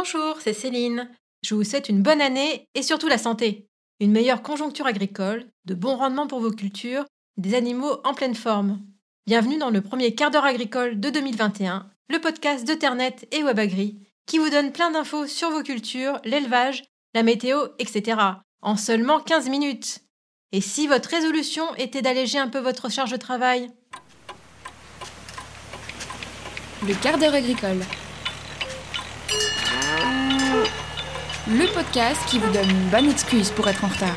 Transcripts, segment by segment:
Bonjour, c'est Céline. Je vous souhaite une bonne année et surtout la santé. Une meilleure conjoncture agricole, de bons rendements pour vos cultures, des animaux en pleine forme. Bienvenue dans le premier quart d'heure agricole de 2021, le podcast de Ternet et WebAgri, qui vous donne plein d'infos sur vos cultures, l'élevage, la météo, etc. en seulement 15 minutes. Et si votre résolution était d'alléger un peu votre charge de travail? Le quart d'heure agricole. Le podcast qui vous donne une bonne excuse pour être en retard.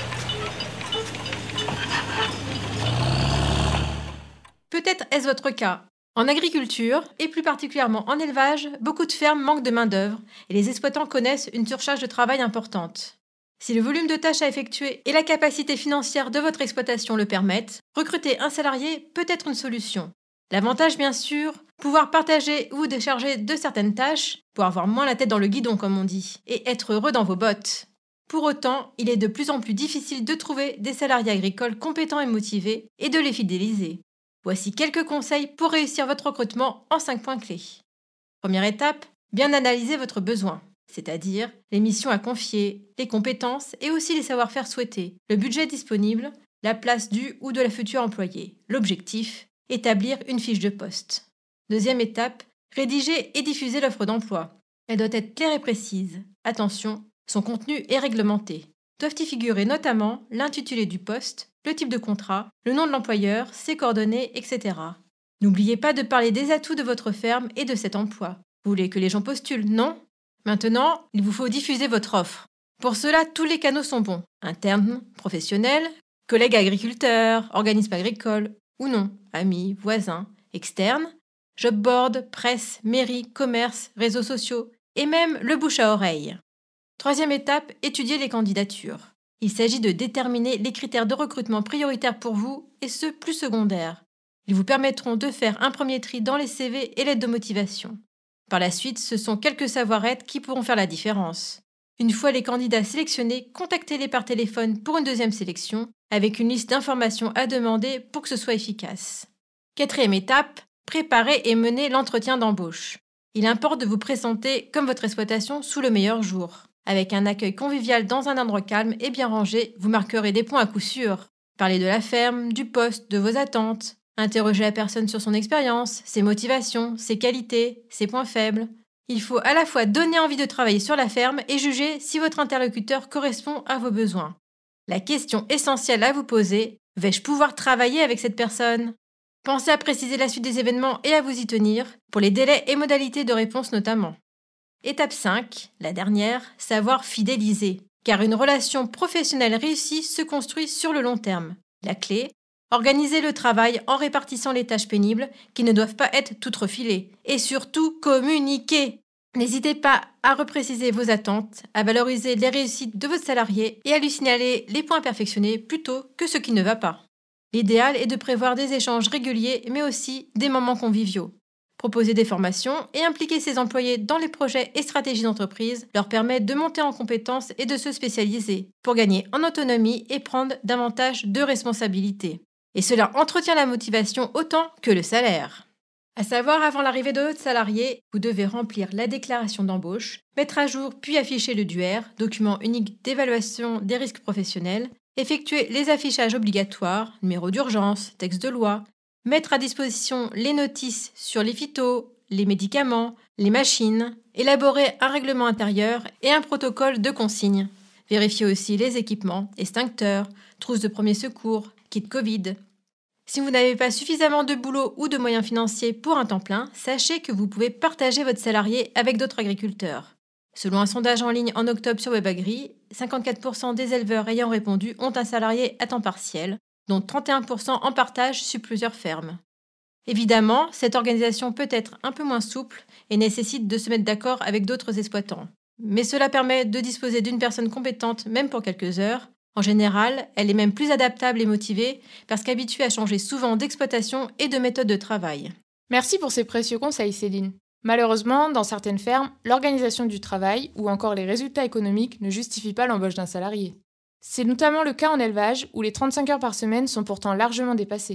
Peut-être est-ce votre cas. En agriculture, et plus particulièrement en élevage, beaucoup de fermes manquent de main-d'œuvre et les exploitants connaissent une surcharge de travail importante. Si le volume de tâches à effectuer et la capacité financière de votre exploitation le permettent, recruter un salarié peut être une solution. L'avantage, bien sûr, pouvoir partager ou décharger de certaines tâches pour avoir moins la tête dans le guidon, comme on dit, et être heureux dans vos bottes. Pour autant, il est de plus en plus difficile de trouver des salariés agricoles compétents et motivés et de les fidéliser. Voici quelques conseils pour réussir votre recrutement en 5 points clés. Première étape, bien analyser votre besoin, c'est-à-dire les missions à confier, les compétences et aussi les savoir-faire souhaités, le budget disponible, la place du ou de la future employée, l'objectif, établir une fiche de poste. Deuxième étape, rédiger et diffuser l'offre d'emploi. Elle doit être claire et précise. Attention, son contenu est réglementé. Doivent y figurer notamment l'intitulé du poste, le type de contrat, le nom de l'employeur, ses coordonnées, etc. N'oubliez pas de parler des atouts de votre ferme et de cet emploi. Vous voulez que les gens postulent, non? Maintenant, il vous faut diffuser votre offre. Pour cela, tous les canaux sont bons. Internes, professionnels, collègues agriculteurs, organismes agricoles, ou non, amis, voisins, externes, job board, presse, mairie, commerce, réseaux sociaux, et même le bouche à oreille. Troisième étape, étudier les candidatures. Il s'agit de déterminer les critères de recrutement prioritaires pour vous et ceux plus secondaires. Ils vous permettront de faire un premier tri dans les CV et lettres de motivation. Par la suite, ce sont quelques savoir-être qui pourront faire la différence. Une fois les candidats sélectionnés, contactez-les par téléphone pour une deuxième sélection, avec une liste d'informations à demander pour que ce soit efficace. Quatrième étape, préparer et mener l'entretien d'embauche. Il importe de vous présenter comme votre exploitation sous le meilleur jour. Avec un accueil convivial dans un endroit calme et bien rangé, vous marquerez des points à coup sûr. Parlez de la ferme, du poste, de vos attentes. Interrogez la personne sur son expérience, ses motivations, ses qualités, ses points faibles. Il faut à la fois donner envie de travailler sur la ferme et juger si votre interlocuteur correspond à vos besoins. La question essentielle à vous poser, vais-je pouvoir travailler avec cette personne? Pensez à préciser la suite des événements et à vous y tenir, pour les délais et modalités de réponse notamment. Étape 5, la dernière, savoir fidéliser. Car une relation professionnelle réussie se construit sur le long terme. La clé, organiser le travail en répartissant les tâches pénibles qui ne doivent pas être toutes refilées. Et surtout, communiquer. N'hésitez pas à repréciser vos attentes, à valoriser les réussites de votre salarié et à lui signaler les points perfectionnés plutôt que ce qui ne va pas. L'idéal est de prévoir des échanges réguliers mais aussi des moments conviviaux. Proposer des formations et impliquer ses employés dans les projets et stratégies d'entreprise leur permet de monter en compétences et de se spécialiser pour gagner en autonomie et prendre davantage de responsabilités. Et cela entretient la motivation autant que le salaire. À savoir, avant l'arrivée de votre salarié, vous devez remplir la déclaration d'embauche, mettre à jour puis afficher le DUER, document unique d'évaluation des risques professionnels, effectuer les affichages obligatoires, numéro d'urgence, texte de loi, mettre à disposition les notices sur les phytos, les médicaments, les machines, élaborer un règlement intérieur et un protocole de consigne. Vérifier aussi les équipements, extincteurs, trousses de premier secours, kit Covid. Si vous n'avez pas suffisamment de boulot ou de moyens financiers pour un temps plein, sachez que vous pouvez partager votre salarié avec d'autres agriculteurs. Selon un sondage en ligne en octobre sur WebAgri, 54% des éleveurs ayant répondu ont un salarié à temps partiel, dont 31% en partage sur plusieurs fermes. Évidemment, cette organisation peut être un peu moins souple et nécessite de se mettre d'accord avec d'autres exploitants. Mais cela permet de disposer d'une personne compétente même pour quelques heures. En général, elle est même plus adaptable et motivée parce qu'habituée à changer souvent d'exploitation et de méthode de travail. Merci pour ces précieux conseils, Céline. Malheureusement, dans certaines fermes, l'organisation du travail ou encore les résultats économiques ne justifient pas l'embauche d'un salarié. C'est notamment le cas en élevage où les 35 heures par semaine sont pourtant largement dépassées.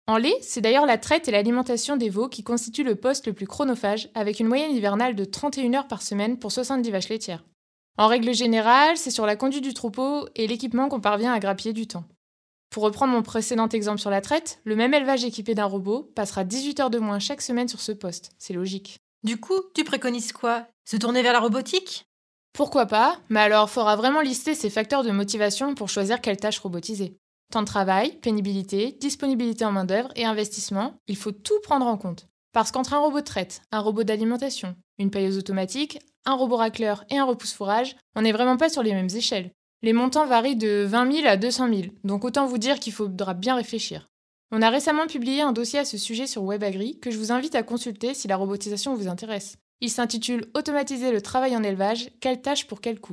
En lait, c'est d'ailleurs la traite et l'alimentation des veaux qui constituent le poste le plus chronophage, avec une moyenne hivernale de 31 heures par semaine pour 70 vaches laitières. En règle générale, c'est sur la conduite du troupeau et l'équipement qu'on parvient à grappiller du temps. Pour reprendre mon précédent exemple sur la traite, le même élevage équipé d'un robot passera 18 heures de moins chaque semaine sur ce poste. C'est logique. Du coup, tu préconises quoi? Se tourner vers la robotique? Pourquoi pas, mais alors faudra vraiment lister ces facteurs de motivation pour choisir quelle tâche robotiser. Temps de travail, pénibilité, disponibilité en main-d'œuvre et investissement, il faut tout prendre en compte. Parce qu'entre un robot de traite, un robot d'alimentation, une pailleuse automatique, un robot racleur et un repousse-fourrage, on n'est vraiment pas sur les mêmes échelles. Les montants varient de 20 000 à 200 000, donc autant vous dire qu'il faudra bien réfléchir. On a récemment publié un dossier à ce sujet sur WebAgri que je vous invite à consulter si la robotisation vous intéresse. Il s'intitule « Automatiser le travail en élevage, quelle tâche pour quel coût ?»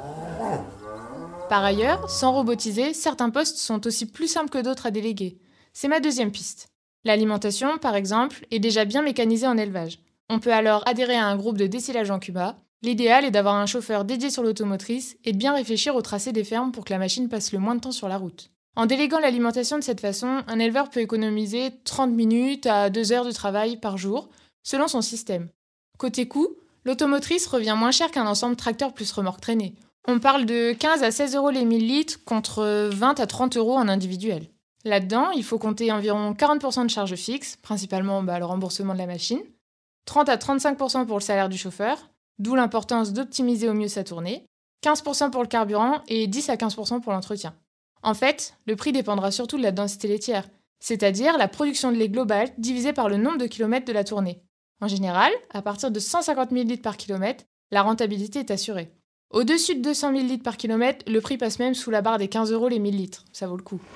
Par ailleurs, sans robotiser, certains postes sont aussi plus simples que d'autres à déléguer. C'est ma deuxième piste. L'alimentation, par exemple, est déjà bien mécanisée en élevage. On peut alors adhérer à un groupe de dessilage en Cuba. L'idéal est d'avoir un chauffeur dédié sur l'automotrice et de bien réfléchir au tracé des fermes pour que la machine passe le moins de temps sur la route. En déléguant l'alimentation de cette façon, un éleveur peut économiser 30 minutes à 2 heures de travail par jour, selon son système. Côté coût, l'automotrice revient moins cher qu'un ensemble tracteur plus remorque traînée. On parle de 15 à 16 euros les 1000 litres contre 20 à 30 euros en individuel. Là-dedans, il faut compter environ 40% de charges fixes, principalement le remboursement de la machine, 30 à 35% pour le salaire du chauffeur, d'où l'importance d'optimiser au mieux sa tournée, 15% pour le carburant et 10 à 15% pour l'entretien. En fait, le prix dépendra surtout de la densité laitière, c'est-à-dire la production de lait globale divisée par le nombre de kilomètres de la tournée. En général, à partir de 150 000 litres par kilomètre, la rentabilité est assurée. Au-dessus de 200 000 litres par kilomètre, le prix passe même sous la barre des 15 euros les 1000 litres. Ça vaut le coup.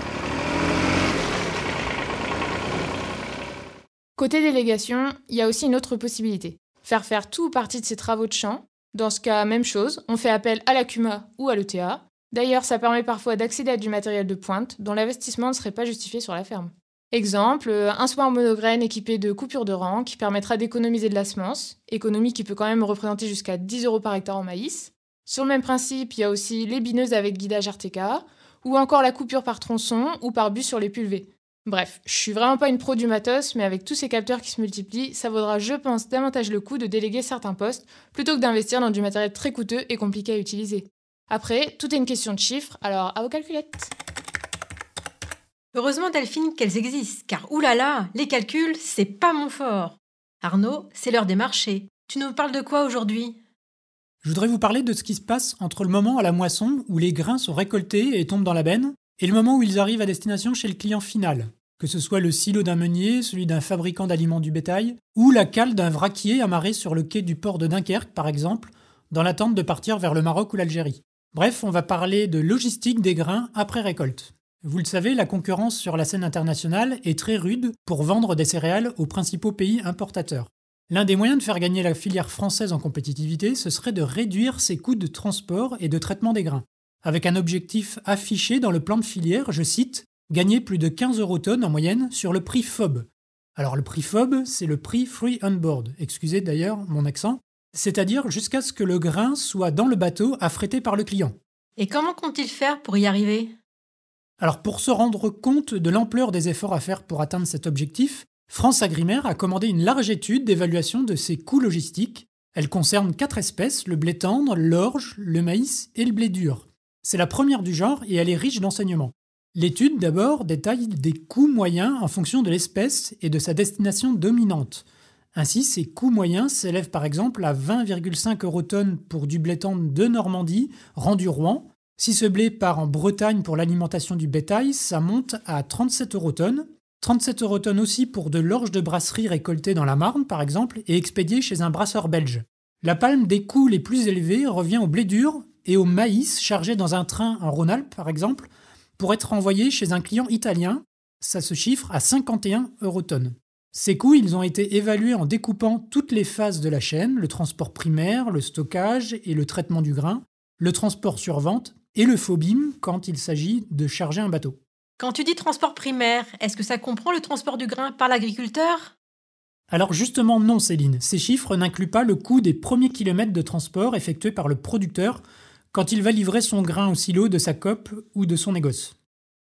Côté délégation, il y a aussi une autre possibilité. Faire tout ou partie de ces travaux de champ. Dans ce cas, même chose, on fait appel à la CUMA ou à l'ETA. D'ailleurs, ça permet parfois d'accéder à du matériel de pointe dont l'investissement ne serait pas justifié sur la ferme. Exemple, un semoir monograine équipé de coupures de rang qui permettra d'économiser de la semence, économie qui peut quand même représenter jusqu'à 10 euros par hectare en maïs. Sur le même principe, il y a aussi les bineuses avec guidage RTK, ou encore la coupure par tronçon ou par bus sur les pulvées. Bref, je suis vraiment pas une pro du matos, mais avec tous ces capteurs qui se multiplient, ça vaudra, je pense, davantage le coup de déléguer certains postes, plutôt que d'investir dans du matériel très coûteux et compliqué à utiliser. Après, tout est une question de chiffres, alors à vos calculettes. Heureusement Delphine qu'elles existent, car oulala, les calculs, c'est pas mon fort. Arnaud, c'est l'heure des marchés. Tu nous parles de quoi aujourd'hui? Je voudrais vous parler de ce qui se passe entre le moment à la moisson où les grains sont récoltés et tombent dans la benne, et le moment où ils arrivent à destination chez le client final, que ce soit le silo d'un meunier, celui d'un fabricant d'aliments du bétail, ou la cale d'un vraquier amarré sur le quai du port de Dunkerque, par exemple, dans l'attente de partir vers le Maroc ou l'Algérie. Bref, on va parler de logistique des grains après récolte. Vous le savez, la concurrence sur la scène internationale est très rude pour vendre des céréales aux principaux pays importateurs. L'un des moyens de faire gagner la filière française en compétitivité, ce serait de réduire ses coûts de transport et de traitement des grains. Avec un objectif affiché dans le plan de filière, je cite, « gagner plus de 15 € en moyenne sur le prix FOB ». Alors le prix FOB, c'est le prix Free on Board, excusez d'ailleurs mon accent, c'est-à-dire jusqu'à ce que le grain soit dans le bateau affrété par le client. Et comment compte-t-il faire pour y arriver ? Alors pour se rendre compte de l'ampleur des efforts à faire pour atteindre cet objectif, France Agrimaire a commandé une large étude d'évaluation de ses coûts logistiques. Elle concerne 4 espèces, le blé tendre, l'orge, le maïs et le blé dur. C'est la première du genre et elle est riche d'enseignements. L'étude d'abord détaille des coûts moyens en fonction de l'espèce et de sa destination dominante. Ainsi, ces coûts moyens s'élèvent par exemple à 20,5 € pour du blé tendre de Normandie, rendu Rouen. Si ce blé part en Bretagne pour l'alimentation du bétail, ça monte à 37 € 37 € aussi pour de l'orge de brasserie récoltée dans la Marne, par exemple, et expédiée chez un brasseur belge. La palme des coûts les plus élevés revient au blé dur et au maïs chargé dans un train en Rhône-Alpes, par exemple, pour être envoyé chez un client italien. Ça se chiffre à 51 € Ces coûts, ils ont été évalués en découpant toutes les phases de la chaîne, le transport primaire, le stockage et le traitement du grain, le transport sur vente et le FOBIM quand il s'agit de charger un bateau. Quand tu dis transport primaire, est-ce que ça comprend le transport du grain par l'agriculteur ? Alors justement non Céline, ces chiffres n'incluent pas le coût des premiers kilomètres de transport effectués par le producteur quand il va livrer son grain au silo de sa COP ou de son négoce.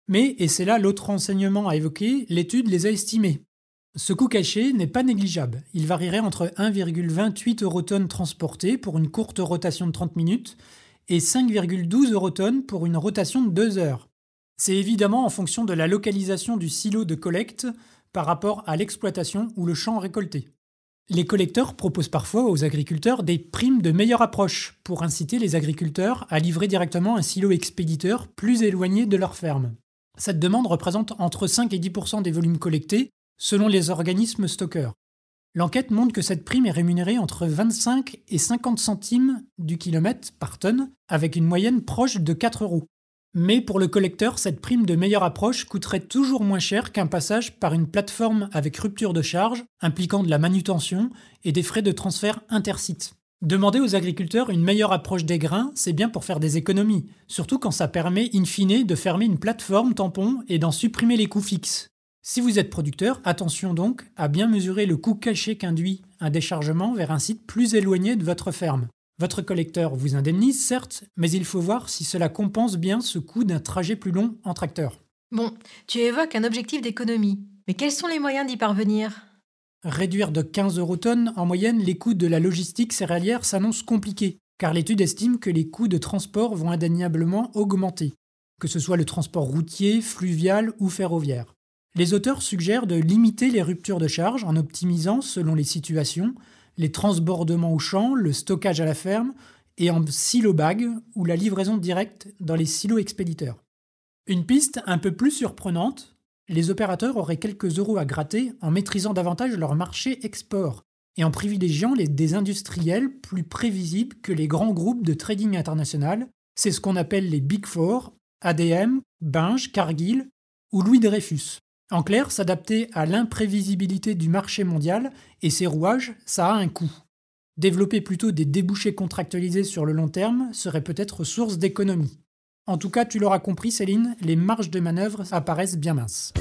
Mais, et c'est là l'autre renseignement à évoquer, l'étude les a estimés. Ce coût caché n'est pas négligeable. Il varierait entre 1,28 eurotonnes transportées pour une courte rotation de 30 minutes et 5,12 eurotonnes pour une rotation de 2 heures. C'est évidemment en fonction de la localisation du silo de collecte par rapport à l'exploitation ou le champ récolté. Les collecteurs proposent parfois aux agriculteurs des primes de meilleure approche pour inciter les agriculteurs à livrer directement un silo expéditeur plus éloigné de leur ferme. Cette demande représente entre 5 et 10% des volumes collectés selon les organismes stockeurs. L'enquête montre que cette prime est rémunérée entre 25 et 50 centimes du kilomètre par tonne, avec une moyenne proche de 4 euros. Mais pour le collecteur, cette prime de meilleure approche coûterait toujours moins cher qu'un passage par une plateforme avec rupture de charge, impliquant de la manutention et des frais de transfert intersites. Demander aux agriculteurs une meilleure approche des grains, c'est bien pour faire des économies, surtout quand ça permet in fine de fermer une plateforme tampon et d'en supprimer les coûts fixes. Si vous êtes producteur, attention donc à bien mesurer le coût caché qu'induit un déchargement vers un site plus éloigné de votre ferme. Votre collecteur vous indemnise, certes, mais il faut voir si cela compense bien ce coût d'un trajet plus long en tracteur. Bon, tu évoques un objectif d'économie, mais quels sont les moyens d'y parvenir ? Réduire de 15 eurotonnes, en moyenne, les coûts de la logistique céréalière s'annoncent compliqués, car l'étude estime que les coûts de transport vont indéniablement augmenter, que ce soit le transport routier, fluvial ou ferroviaire. Les auteurs suggèrent de limiter les ruptures de charge en optimisant, selon les situations, les transbordements au champ, le stockage à la ferme et en silo-bag ou la livraison directe dans les silos expéditeurs. Une piste un peu plus surprenante, les opérateurs auraient quelques euros à gratter en maîtrisant davantage leur marché export et en privilégiant des industriels plus prévisibles que les grands groupes de trading international. C'est ce qu'on appelle les Big Four, ADM, Bunge, Cargill ou Louis Dreyfus. En clair, s'adapter à l'imprévisibilité du marché mondial et ses rouages, ça a un coût. Développer plutôt des débouchés contractualisés sur le long terme serait peut-être source d'économie. En tout cas, tu l'auras compris Céline, les marges de manœuvre apparaissent bien minces.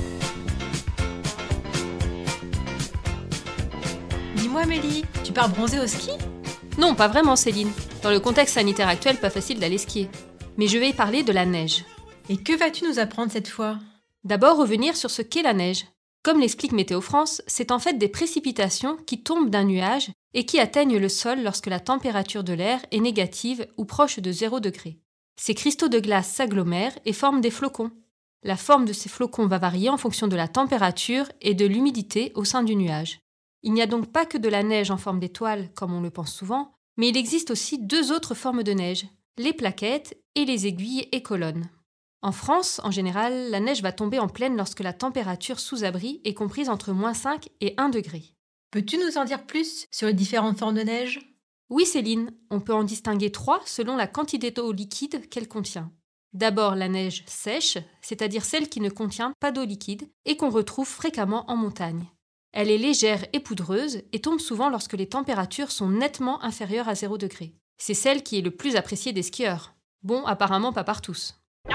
Dis-moi Mélie, tu pars bronzer au ski ? Non, pas vraiment Céline. Dans le contexte sanitaire actuel, pas facile d'aller skier. Mais je vais parler de la neige. Et que vas-tu nous apprendre cette fois ? D'abord, revenir sur ce qu'est la neige. Comme l'explique Météo France, c'est en fait des précipitations qui tombent d'un nuage et qui atteignent le sol lorsque la température de l'air est négative ou proche de 0 degré. Ces cristaux de glace s'agglomèrent et forment des flocons. La forme de ces flocons va varier en fonction de la température et de l'humidité au sein du nuage. Il n'y a donc pas que de la neige en forme d'étoile, comme on le pense souvent, mais il existe aussi 2 autres formes de neige, les plaquettes et les aiguilles et colonnes. En France, en général, la neige va tomber en plaine lorsque la température sous abri est comprise entre -5 et 1 degré. Peux-tu nous en dire plus sur les différentes formes de neige ? Oui Céline, on peut en distinguer 3 selon la quantité d'eau liquide qu'elle contient. D'abord la neige sèche, c'est-à-dire celle qui ne contient pas d'eau liquide et qu'on retrouve fréquemment en montagne. Elle est légère et poudreuse et tombe souvent lorsque les températures sont nettement inférieures à 0 degré. C'est celle qui est le plus appréciée des skieurs. Bon, apparemment pas par tous.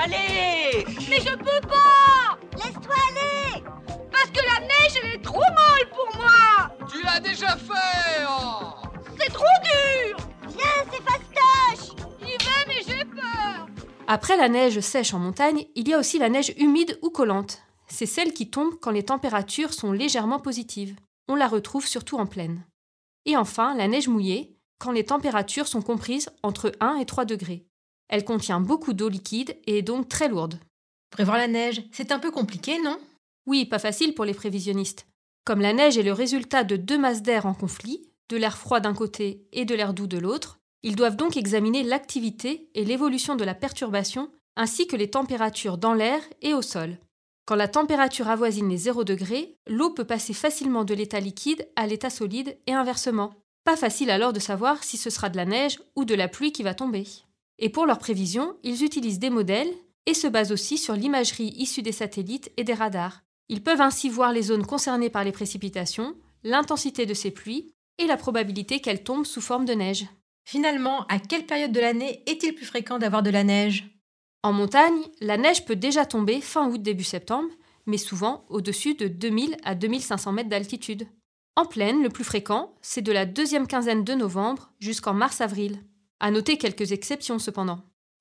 Allez! Mais je peux pas! Laisse-toi aller! Parce que la neige, elle est trop molle pour moi! Tu l'as déjà fait, oh! C'est trop dur! Viens, c'est fastoche! J'y vais, mais j'ai peur! Après la neige sèche en montagne, il y a aussi la neige humide ou collante. C'est celle qui tombe quand les températures sont légèrement positives. On la retrouve surtout en plaine. Et enfin, la neige mouillée, quand les températures sont comprises entre 1 et 3 degrés. Elle contient beaucoup d'eau liquide et est donc très lourde. Prévoir la neige, c'est un peu compliqué, non ? Oui, pas facile pour les prévisionnistes. Comme la neige est le résultat de 2 masses d'air en conflit, de l'air froid d'un côté et de l'air doux de l'autre, ils doivent donc examiner l'activité et l'évolution de la perturbation, ainsi que les températures dans l'air et au sol. Quand la température avoisine les 0 degrés, l'eau peut passer facilement de l'état liquide à l'état solide et inversement. Pas facile alors de savoir si ce sera de la neige ou de la pluie qui va tomber. Et pour leurs prévisions, ils utilisent des modèles et se basent aussi sur l'imagerie issue des satellites et des radars. Ils peuvent ainsi voir les zones concernées par les précipitations, l'intensité de ces pluies et la probabilité qu'elles tombent sous forme de neige. Finalement, à quelle période de l'année est-il plus fréquent d'avoir de la neige ? En montagne, la neige peut déjà tomber fin août début septembre, mais souvent au-dessus de 2000 à 2500 mètres d'altitude. En plaine, le plus fréquent, c'est de la 2e quinzaine de novembre jusqu'en mars-avril. À noter quelques exceptions cependant.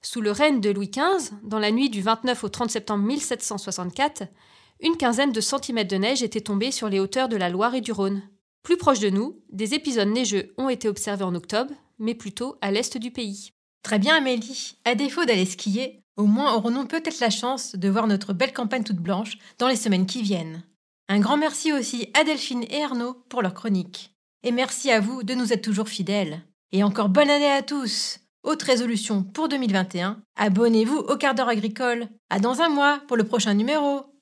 Sous le règne de Louis XV, dans la nuit du 29 au 30 septembre 1764, une quinzaine de centimètres de neige étaient tombés sur les hauteurs de la Loire et du Rhône. Plus proche de nous, des épisodes neigeux ont été observés en octobre, mais plutôt à l'est du pays. Très bien Amélie, à défaut d'aller skier, au moins aurons-nous peut-être la chance de voir notre belle campagne toute blanche dans les semaines qui viennent. Un grand merci aussi à Delphine et Arnaud pour leur chronique. Et merci à vous de nous être toujours fidèles. Et encore bonne année à tous! Autre résolution pour 2021, abonnez-vous au Quart d'heure agricole. À dans un mois pour le prochain numéro.